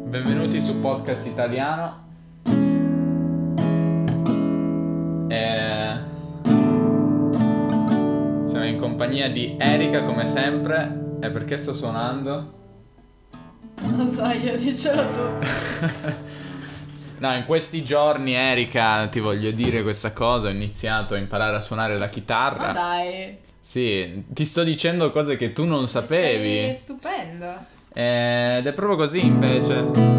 Benvenuti su Podcast Italiano. Siamo in compagnia di Erika come sempre. E perché sto suonando? Non lo so, io dicelo tu. No, in questi giorni, Erika, ti voglio dire questa cosa, ho iniziato a imparare a suonare la chitarra. Ma dai. Sì, ti sto dicendo cose che tu non sapevi. Sei stupendo. Ed è proprio così invece.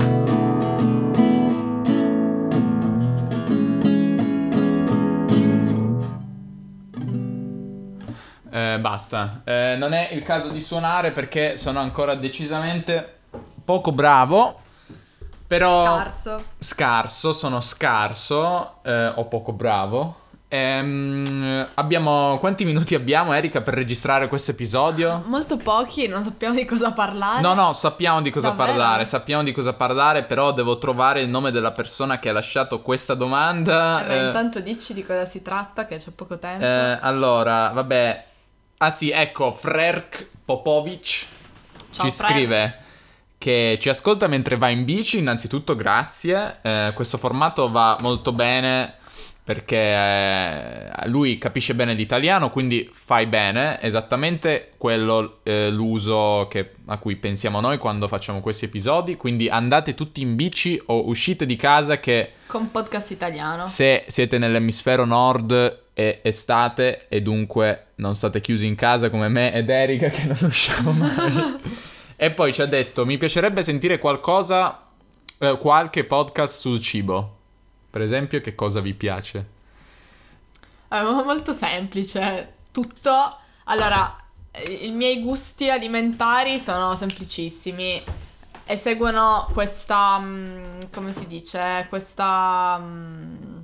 Basta. Non è il caso di suonare perché sono ancora decisamente poco bravo. Però Scarso. sono scarso o poco bravo. Abbiamo quanti minuti abbiamo, Erika, per registrare questo episodio? Molto pochi, non sappiamo di cosa parlare. No, sappiamo di cosa Davvero? parlare, però devo trovare il nome della persona che ha lasciato questa domanda. Intanto dici di cosa si tratta, che c'è poco tempo. Allora, vabbè. Ah sì, ecco, Frerk Popovic Ciao, ci Frerk. scrive che ci ascolta mentre va in bici. Innanzitutto grazie. Questo formato va molto bene perché lui capisce bene l'italiano, quindi fai bene, esattamente quello l'uso a cui pensiamo noi quando facciamo questi episodi. Quindi andate tutti in bici o uscite di casa, che Con Podcast Italiano. se siete nell'emisfero nord è estate e dunque non state chiusi in casa come me ed Erika che non usciamo mai. E poi ci ha detto: mi piacerebbe sentire qualche podcast sul cibo. Per esempio, che cosa vi piace? Molto semplice. Tutto. Allora, i miei gusti alimentari sono semplicissimi e seguono questa, come si dice? Questa... non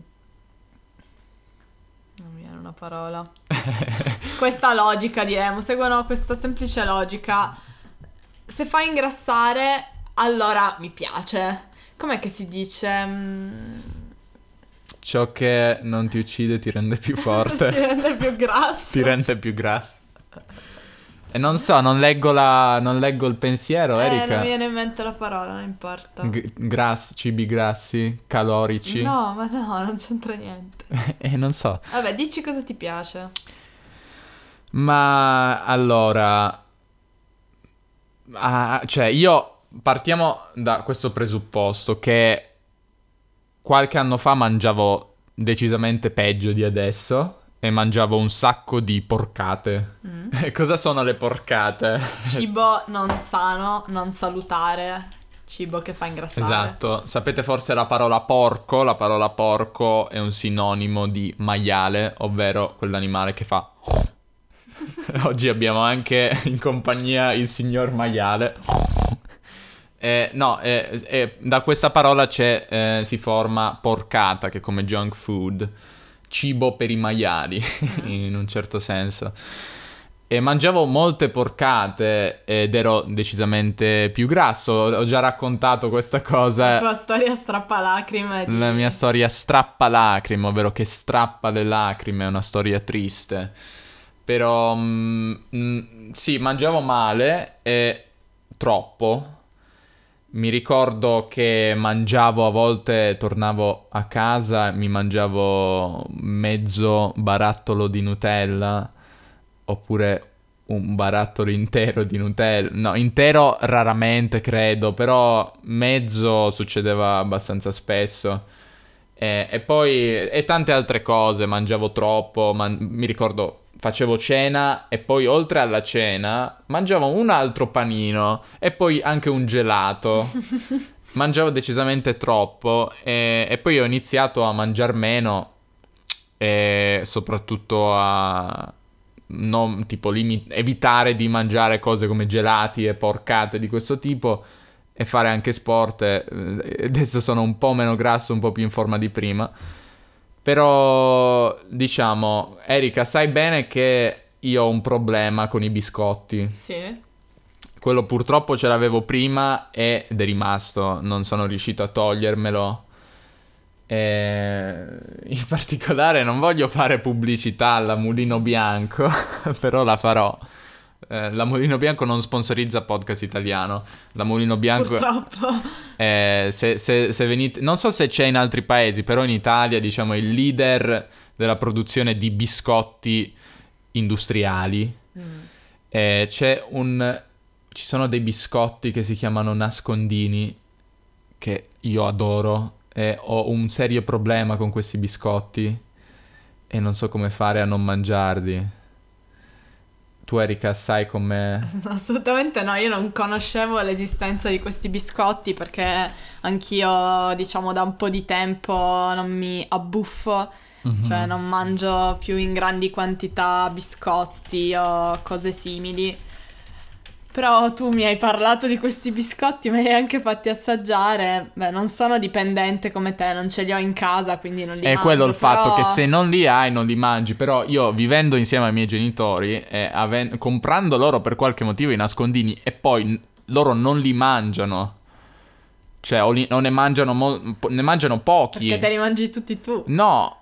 mi viene una parola. Questa logica, diremmo. Seguono questa semplice logica. Se fa ingrassare, allora mi piace. Com'è che si dice? Ciò che non ti uccide ti rende più forte. Ti rende più grasso. Ti rende più grasso. E non so, non leggo il pensiero, Erika. Non mi viene in mente la parola, non importa. Cibi grassi, calorici. No, ma no, non c'entra niente. Non so. Vabbè, dici cosa ti piace. Ma allora, cioè io partiamo da questo presupposto che qualche anno fa mangiavo decisamente peggio di adesso e mangiavo un sacco di porcate. E cosa sono le porcate? Cibo non sano, non salutare, cibo che fa ingrassare. Esatto, sapete forse la parola porco? La parola porco è un sinonimo di maiale, ovvero quell'animale che fa... Oggi abbiamo anche in compagnia il signor maiale. Da questa parola si forma porcata, che è come junk food, cibo per i maiali, in un certo senso. E mangiavo molte porcate ed ero decisamente più grasso. Ho già raccontato questa cosa. La tua storia strappalacrime. La mia storia strappalacrime, ovvero che strappa le lacrime, è una storia triste. Però sì, mangiavo male e troppo. Mi ricordo che mangiavo, a volte tornavo a casa e mi mangiavo mezzo barattolo di Nutella, oppure un barattolo intero di Nutella. No, intero raramente credo, però mezzo succedeva abbastanza spesso. E poi e tante altre cose, mangiavo troppo, mi ricordo... Facevo cena e poi oltre alla cena mangiavo un altro panino e poi anche un gelato. Mangiavo decisamente troppo e poi ho iniziato a mangiar meno e soprattutto a non tipo evitare di mangiare cose come gelati e porcate di questo tipo e fare anche sport. Adesso sono un po' meno grasso, un po' più in forma di prima. Però, diciamo, Erika, sai bene che io ho un problema con i biscotti. Sì. Quello purtroppo ce l'avevo prima ed è rimasto, non sono riuscito a togliermelo. In particolare non voglio fare pubblicità alla Mulino Bianco, però la farò. La Mulino Bianco non sponsorizza podcast italiano. La Mulino Bianco... Purtroppo. Se venite... Non so se c'è in altri paesi, però in Italia, diciamo, è il leader della produzione di biscotti industriali. Ci sono dei biscotti che si chiamano nascondini, che io adoro, e ho un serio problema con questi biscotti e non so come fare a non mangiarli. Tu, Erika, sai come... Assolutamente no, io non conoscevo l'esistenza di questi biscotti perché anch'io, diciamo, da un po' di tempo non mi abbuffo, cioè non mangio più in grandi quantità biscotti o cose simili. Però tu mi hai parlato di questi biscotti, me li hai anche fatti assaggiare. Beh, non sono dipendente come te, non ce li ho in casa, quindi non li È mangio. quello il fatto, però... che se non li hai non li mangi. Però io, vivendo insieme ai miei genitori e comprando loro per qualche motivo i nascondini e poi loro non li mangiano, cioè o ne mangiano ne mangiano pochi. Perché te li mangi tutti tu. No,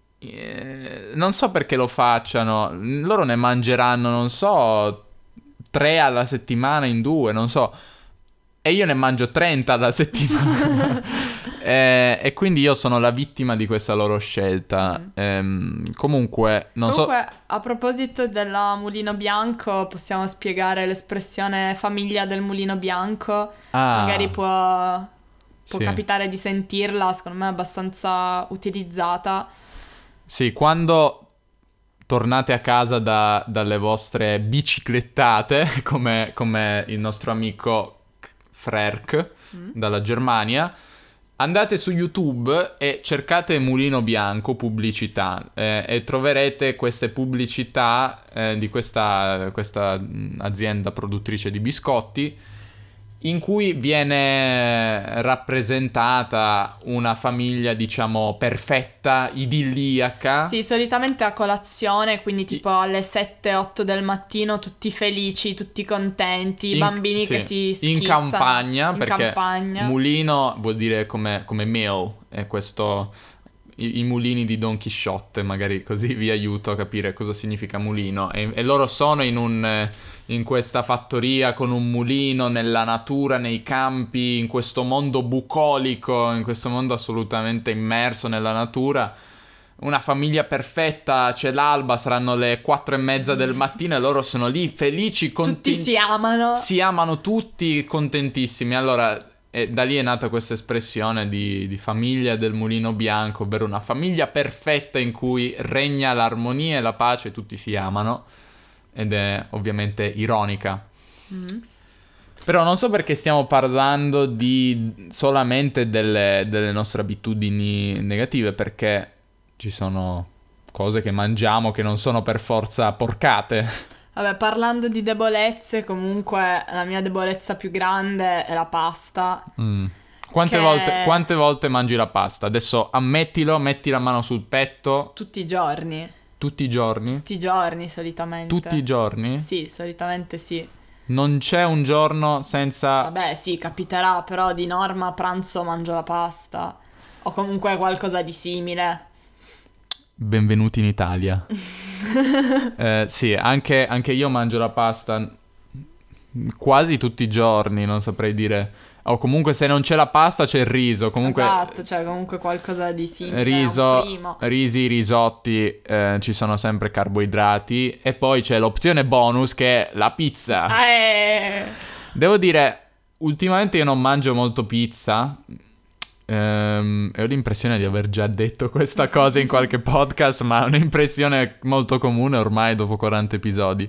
non so perché lo facciano. Loro ne mangeranno, non so, 3 alla settimana in 2, non so. E io ne mangio 30 alla settimana. E quindi io sono la vittima di questa loro scelta. Comunque, A proposito della Mulino Bianco, possiamo spiegare l'espressione famiglia del Mulino Bianco? Magari può Sì. capitare di sentirla, secondo me è abbastanza utilizzata. Sì, quando tornate a casa dalle vostre biciclettate, come il nostro amico Frerk dalla Germania, andate su YouTube e cercate Mulino Bianco pubblicità e troverete queste pubblicità di questa azienda produttrice di biscotti, in cui viene rappresentata una famiglia, diciamo, perfetta, idilliaca. Sì, solitamente a colazione, quindi tipo alle 7-8 del mattino, tutti felici, tutti contenti, i bambini che si schizzano. In campagna, perché campagna. mulino vuol dire come mill, è questo... I mulini di Don Chisciotte, magari così vi aiuto a capire cosa significa mulino. E loro sono in questa fattoria con un mulino nella natura, nei campi, in questo mondo bucolico, in questo mondo assolutamente immerso nella natura. Una famiglia perfetta, c'è l'alba, saranno le 4:30 del mattino e loro sono lì felici, Tutti si amano. Si amano tutti, contentissimi. Allora... E da lì è nata questa espressione di famiglia del Mulino Bianco, ovvero una famiglia perfetta in cui regna l'armonia e la pace, tutti si amano, ed è ovviamente ironica. Però non so perché stiamo parlando solamente delle nostre abitudini negative, perché ci sono cose che mangiamo che non sono per forza porcate. Vabbè, parlando di debolezze, comunque la mia debolezza più grande è la pasta. Quante volte mangi la pasta? Adesso ammettilo, metti la mano sul petto. Tutti i giorni. Tutti i giorni? Tutti i giorni, solitamente. Tutti i giorni? Sì, solitamente sì. Non c'è un giorno senza... Vabbè, sì, capiterà, però di norma a pranzo mangio la pasta. O comunque qualcosa di simile. Benvenuti in Italia. Sì, anche io mangio la pasta quasi tutti i giorni, non saprei dire. O comunque se non c'è la pasta c'è il riso. Comunque, esatto, cioè comunque qualcosa di simile. Un primo. Risi, risotti, ci sono sempre carboidrati. E poi c'è l'opzione bonus che è la pizza. Devo dire, ultimamente io non mangio molto pizza. E ho l'impressione di aver già detto questa cosa in qualche podcast, ma è un'impressione molto comune ormai dopo 40 episodi.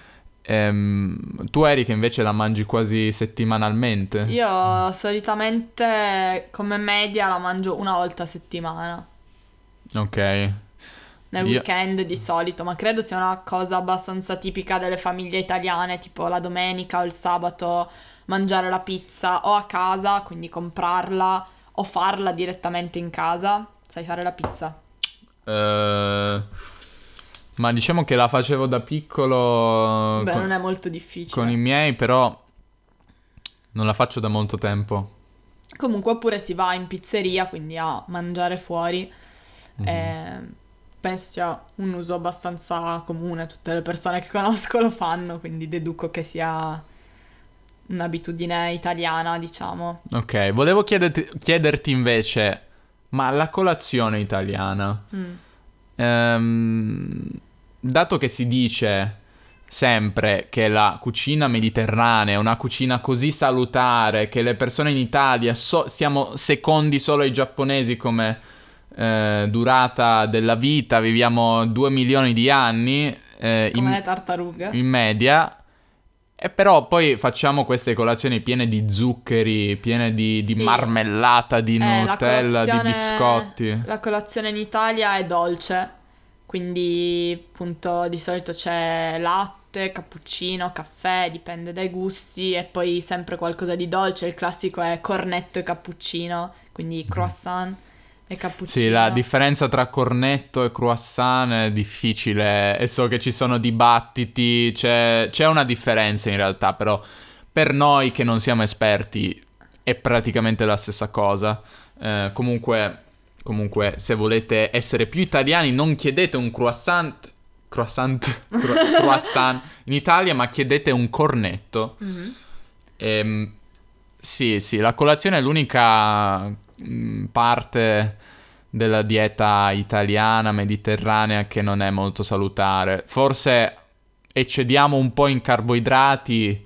Tu, Erika, invece la mangi quasi settimanalmente? Io solitamente come media la mangio una volta a settimana. Ok. Nel weekend di solito, ma credo sia una cosa abbastanza tipica delle famiglie italiane, tipo la domenica o il sabato mangiare la pizza o a casa, quindi comprarla o farla direttamente in casa. Sai fare la pizza? Ma diciamo che la facevo da piccolo. Beh, non è molto difficile. Con i miei, però non la faccio da molto tempo. Comunque, oppure si va in pizzeria, quindi a mangiare fuori. penso sia un uso abbastanza comune, tutte le persone che conosco lo fanno, quindi deduco che sia un'abitudine italiana, diciamo. Ok, volevo chiederti invece, ma la colazione italiana, dato che si dice sempre che la cucina mediterranea è una cucina così salutare, che le persone in Italia siamo secondi solo ai giapponesi come durata della vita, viviamo 2 milioni di anni Come le tartarughe. in media. E però poi facciamo queste colazioni piene di zuccheri, piene di Sì. marmellata, di Nutella, di biscotti. La colazione in Italia è dolce, quindi appunto di solito c'è latte, cappuccino, caffè, dipende dai gusti, e poi sempre qualcosa di dolce. Il classico è cornetto e cappuccino, quindi croissant e cappuccino. Sì, la differenza tra cornetto e croissant è difficile e so che ci sono dibattiti, c'è una differenza in realtà, però per noi che non siamo esperti è praticamente la stessa cosa. Comunque, se volete essere più italiani, non chiedete un croissant in Italia, ma chiedete un cornetto. Sì, la colazione è l'unica parte della dieta italiana, mediterranea, che non è molto salutare. Forse eccediamo un po' in carboidrati,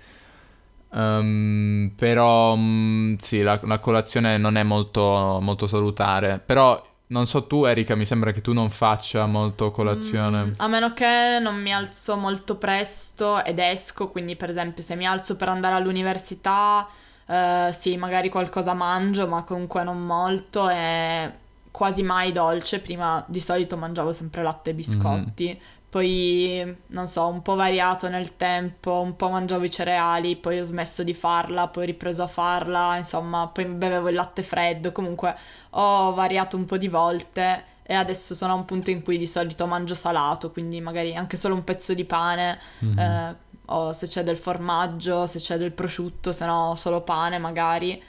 però sì, la colazione non è molto, molto salutare. Però non so tu, Erika, mi sembra che tu non faccia molto colazione. A meno che non mi alzo molto presto ed esco, quindi per esempio se mi alzo per andare all'università, sì, magari qualcosa mangio, ma comunque non molto, e quasi mai dolce. Prima di solito mangiavo sempre latte e biscotti, poi non so, un po' variato nel tempo, un po' mangiavo i cereali, poi ho smesso di farla, poi ho ripreso a farla, insomma, poi bevevo il latte freddo. Comunque ho variato un po' di volte e adesso sono a un punto in cui di solito mangio salato, quindi magari anche solo un pezzo di pane, o se c'è del formaggio, se c'è del prosciutto, se no solo pane magari.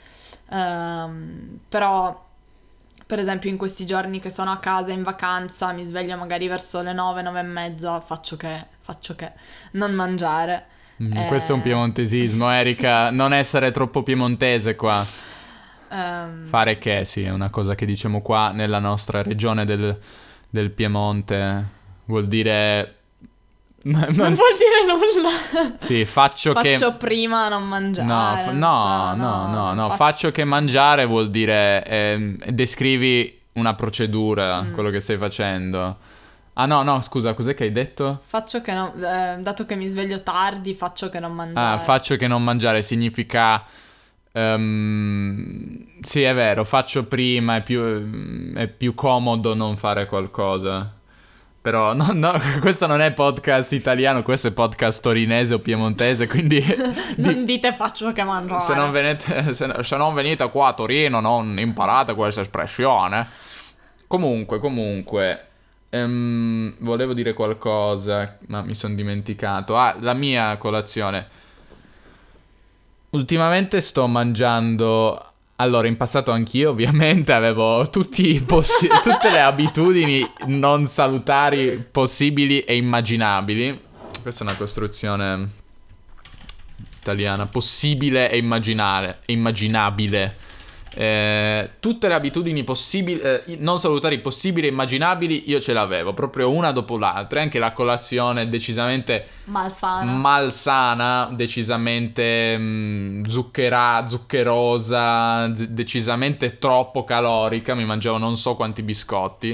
Però per esempio in questi giorni che sono a casa in vacanza, mi sveglio magari verso le 9, 9 e mezza, faccio che non mangiare. Questo è un piemontesismo, Erika, non essere troppo piemontese qua. Fare che, sì, è una cosa che diciamo qua nella nostra regione del Piemonte. Vuol dire... Non vuol dire nulla. Sì, faccio prima non mangiare. No. Faccio che mangiare vuol dire descrivi una procedura, quello che stai facendo. Ah no, scusa, cos'è che hai detto? Faccio che no, dato che mi sveglio tardi, faccio che non mangiare. Faccio che non mangiare significa... sì, è vero, faccio prima, è più comodo non fare qualcosa. Però no, questo non è podcast italiano, questo è podcast torinese o piemontese, quindi... Non dite faccio che mangiare. Se non venite qua a Torino non imparate questa espressione. Comunque, volevo dire qualcosa, ma mi sono dimenticato. La mia colazione. Ultimamente sto mangiando... Allora, in passato anch'io ovviamente avevo tutte le abitudini non salutari possibili e immaginabili. Questa è una costruzione italiana. Possibile e immaginabile. Tutte le abitudini non salutari possibili e immaginabili io ce l'avevo, proprio una dopo l'altra. Anche la colazione decisamente malsana, decisamente zuccherosa, decisamente troppo calorica. Mi mangiavo non so quanti biscotti.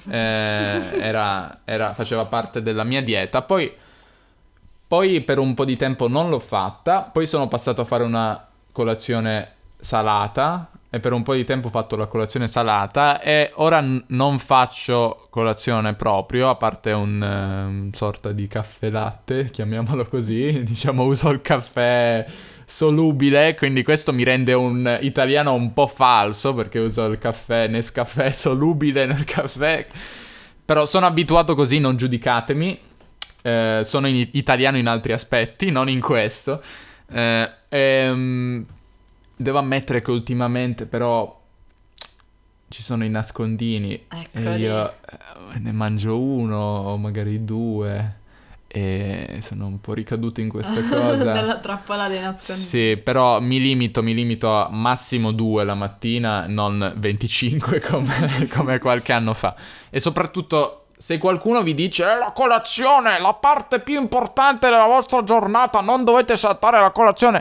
Faceva parte della mia dieta. Poi per un po' di tempo non l'ho fatta. Poi sono passato a fare una colazione salata e per un po' di tempo ho fatto la colazione salata e ora non faccio colazione proprio, a parte un sorta di caffè latte, chiamiamolo così. Diciamo, uso il caffè solubile, quindi questo mi rende un italiano un po' falso, perché uso il caffè Nescafè solubile nel caffè. Però sono abituato così, non giudicatemi. Sono italiano in altri aspetti, non in questo. Devo ammettere che ultimamente però ci sono i nascondini e Eccoli. io ne mangio uno o magari due e sono un po' ricaduto in questa cosa. Della trappola dei nascondini. Sì, però mi limito a massimo 2 la mattina, non 25 come qualche anno fa. E soprattutto, se qualcuno vi dice la colazione, la parte più importante della vostra giornata, non dovete saltare la colazione,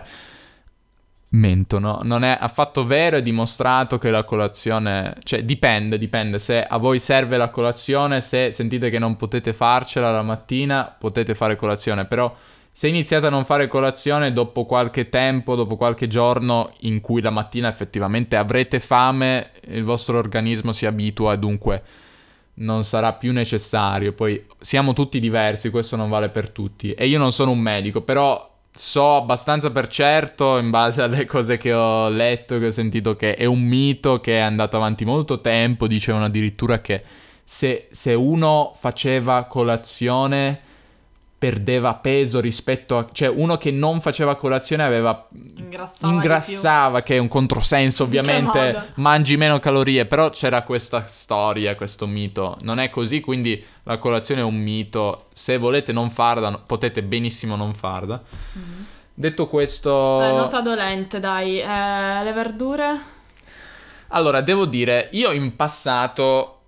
mentono. Non è affatto vero, è dimostrato che la colazione... Cioè, dipende. Se a voi serve la colazione, se sentite che non potete farcela la mattina, potete fare colazione. Però se iniziate a non fare colazione, dopo qualche tempo, dopo qualche giorno in cui la mattina effettivamente avrete fame, il vostro organismo si abitua e dunque non sarà più necessario. Poi siamo tutti diversi, questo non vale per tutti. E io non sono un medico, però so abbastanza per certo, in base alle cose che ho letto, che ho sentito, che è un mito che è andato avanti molto tempo. Dicevano addirittura che se uno faceva colazione perdeva peso rispetto a... Cioè, uno che non faceva colazione aveva... Ingrassava, che è un controsenso, ovviamente. Mangi meno calorie, però c'era questa storia, questo mito. Non è così, quindi la colazione è un mito. Se volete non farla, potete benissimo non farla. Mm-hmm. Detto questo... nota dolente, dai. Le verdure? Allora, devo dire, io in passato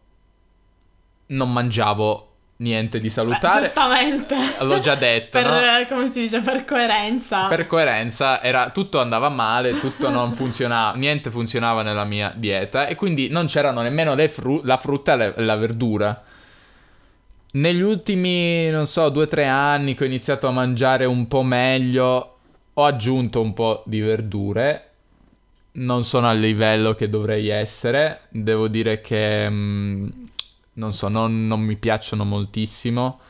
non mangiavo niente di salutare. Giustamente. L'ho già detto, no? Come si dice, per coerenza. Per coerenza tutto andava male, tutto non funzionava, niente funzionava nella mia dieta e quindi non c'erano nemmeno la frutta e la verdura. Negli ultimi, non so, 2-3 anni che ho iniziato a mangiare un po' meglio, ho aggiunto un po' di verdure. Non sono al livello che dovrei essere, devo dire che... non so, non mi piacciono moltissimo,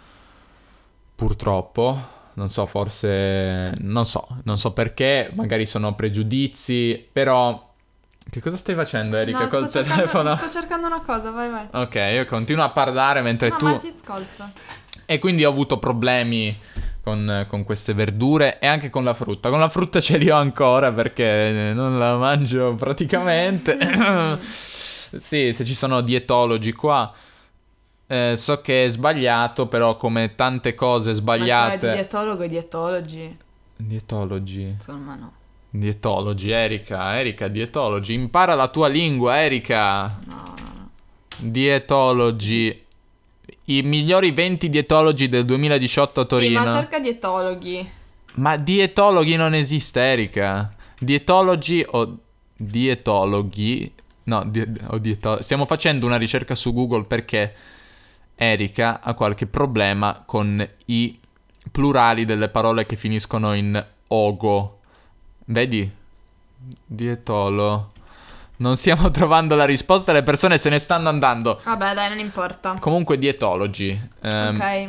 purtroppo, non so, forse, non so perché, magari sono pregiudizi, però, che cosa stai facendo, Erika, No, col sto telefono? sto cercando una cosa, vai. Ok, io continuo a parlare mentre No, tu... ma ti ascolto. E quindi ho avuto problemi con queste verdure e anche con la frutta. Con la frutta ce li ho ancora perché non la mangio praticamente. Sì, se ci sono dietologi qua, so che è sbagliato, però come tante cose sbagliate... Ma tu hai dietologo e dietologi? Dietologi? Insomma, no. Dietologi, Erika, dietologi. Impara la tua lingua, Erika. No. Dietologi. I migliori 20 dietologi del 2018 a Torino. Sì, ma cerca dietologhi. Ma dietologhi non esiste, Erika. Dietologi o dietologhi... No, stiamo facendo una ricerca su Google perché Erika ha qualche problema con i plurali delle parole che finiscono in ogo. Vedi? Dietolo. Non stiamo trovando la risposta, le persone se ne stanno andando. Vabbè, dai, non importa. Comunque dietologi. Ok.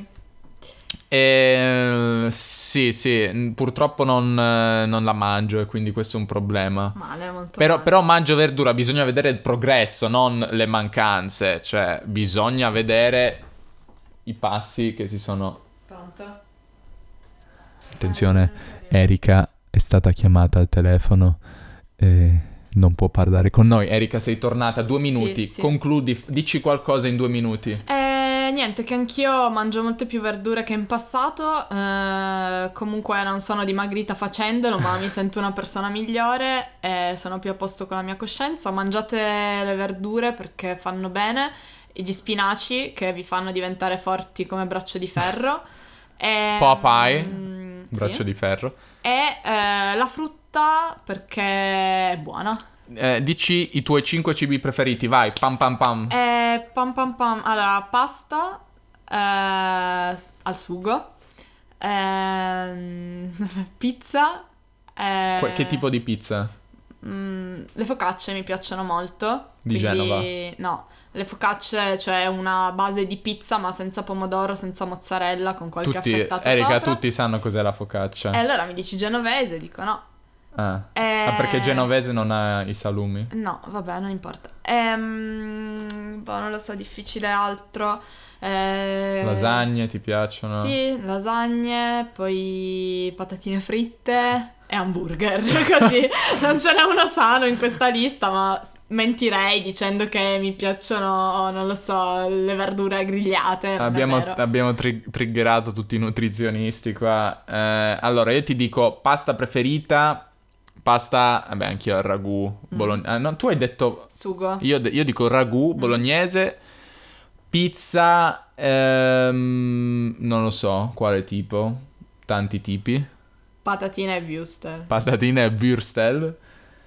Sì, purtroppo non la mangio e quindi questo è un problema. Male, molto Però, male. però mangio verdura, bisogna vedere il progresso, non le mancanze. Cioè, bisogna vedere i passi che si sono... Pronto? Attenzione, Erika è stata chiamata al telefono e non può parlare con noi. Erika, sei tornata, 2 minuti. Sì. Concludi, dici qualcosa in 2 minuti. Niente, che anch'io mangio molte più verdure che in passato, comunque non sono dimagrita facendolo, ma mi sento una persona migliore e sono più a posto con la mia coscienza. Mangiate le verdure perché fanno bene, e gli spinaci che vi fanno diventare forti come braccio di ferro. Popeye, braccio sì. di ferro. E la frutta perché è buona. Dici i tuoi 5 cibi preferiti, vai, pam pam pam. Allora, pasta al sugo, pizza. Che tipo di pizza? Le focacce mi piacciono molto. Di Genova? No, le focacce, cioè una base di pizza ma senza pomodoro, senza mozzarella, con qualche affettato Erika, sopra. tutti sanno cos'è la focaccia. E allora mi dici genovese, dico no. Perché genovese non ha i salumi? No, vabbè, non importa. Non lo so, difficile altro. Lasagne ti piacciono? Sì, lasagne, poi patatine fritte e hamburger. Così non ce n'è uno sano in questa lista, ma mentirei dicendo che mi piacciono, non lo so, le verdure grigliate. Non è vero. Abbiamo triggerato tutti i nutrizionisti qua. Allora, io ti dico pasta preferita, pasta, vabbè, anch'io al ragù, no, tu hai detto, Sugo. io dico ragù, bolognese, pizza, non lo so, quale tipo, tanti tipi, Patatine e wurstel. patatine e würstel.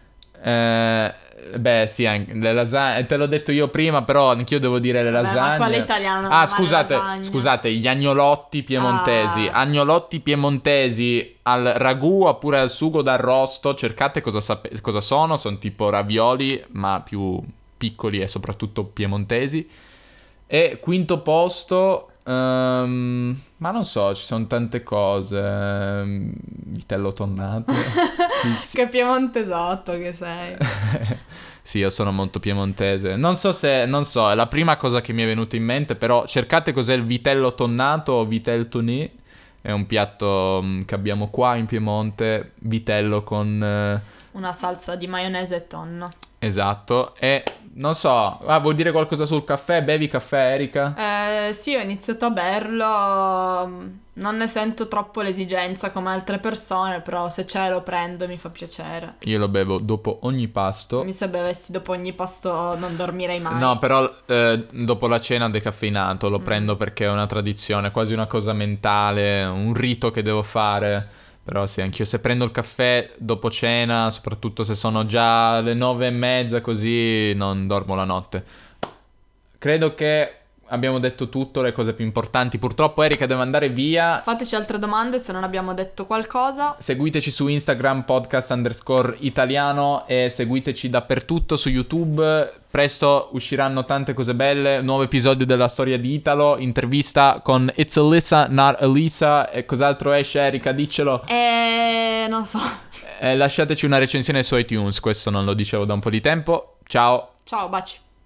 Beh, sì, anche le lasagne. Te l'ho detto io prima, però anch'io devo dire le Vabbè, lasagne. ma quale italiano non Ah, ama le lasagne? scusate, gli agnolotti piemontesi. Ah. Agnolotti piemontesi al ragù oppure al sugo d'arrosto. Cercate cosa sono. Sono tipo ravioli, ma più piccoli e soprattutto piemontesi. E quinto posto, ma non so, ci sono tante cose. Vitello tonnato. Che piemontesotto che sei. Sì, io sono molto piemontese. Non so, è la prima cosa che mi è venuta in mente, però cercate cos'è il vitello tonnato o vitel toné. È un piatto che abbiamo qua in Piemonte, vitello con... Una salsa di maionese e tonno. Esatto, e non so, vuoi dire qualcosa sul caffè? Bevi caffè, Erika? Sì, ho iniziato a berlo. Non ne sento troppo l'esigenza come altre persone, però se c'è lo prendo e mi fa piacere. Io lo bevo dopo ogni pasto. Se bevessi dopo ogni pasto non dormirei mai. No, però dopo la cena decaffeinato lo prendo perché è una tradizione, quasi una cosa mentale, un rito che devo fare. Però sì, anch'io se prendo il caffè dopo cena, soprattutto se sono già le 9:30, così non dormo la notte. Credo che abbiamo detto tutto, le cose più importanti. Purtroppo Erika deve andare via. Fateci altre domande se non abbiamo detto qualcosa. Seguiteci su Instagram, podcast_italiano, e seguiteci dappertutto su YouTube. Presto usciranno tante cose belle. Nuovo episodio della storia di Italo. Intervista con It's Alyssa, not Elisa. E cos'altro esce, Erika? Diccelo. Non so. Lasciateci una recensione su iTunes. Questo non lo dicevo da un po' di tempo. Ciao. Ciao, baci.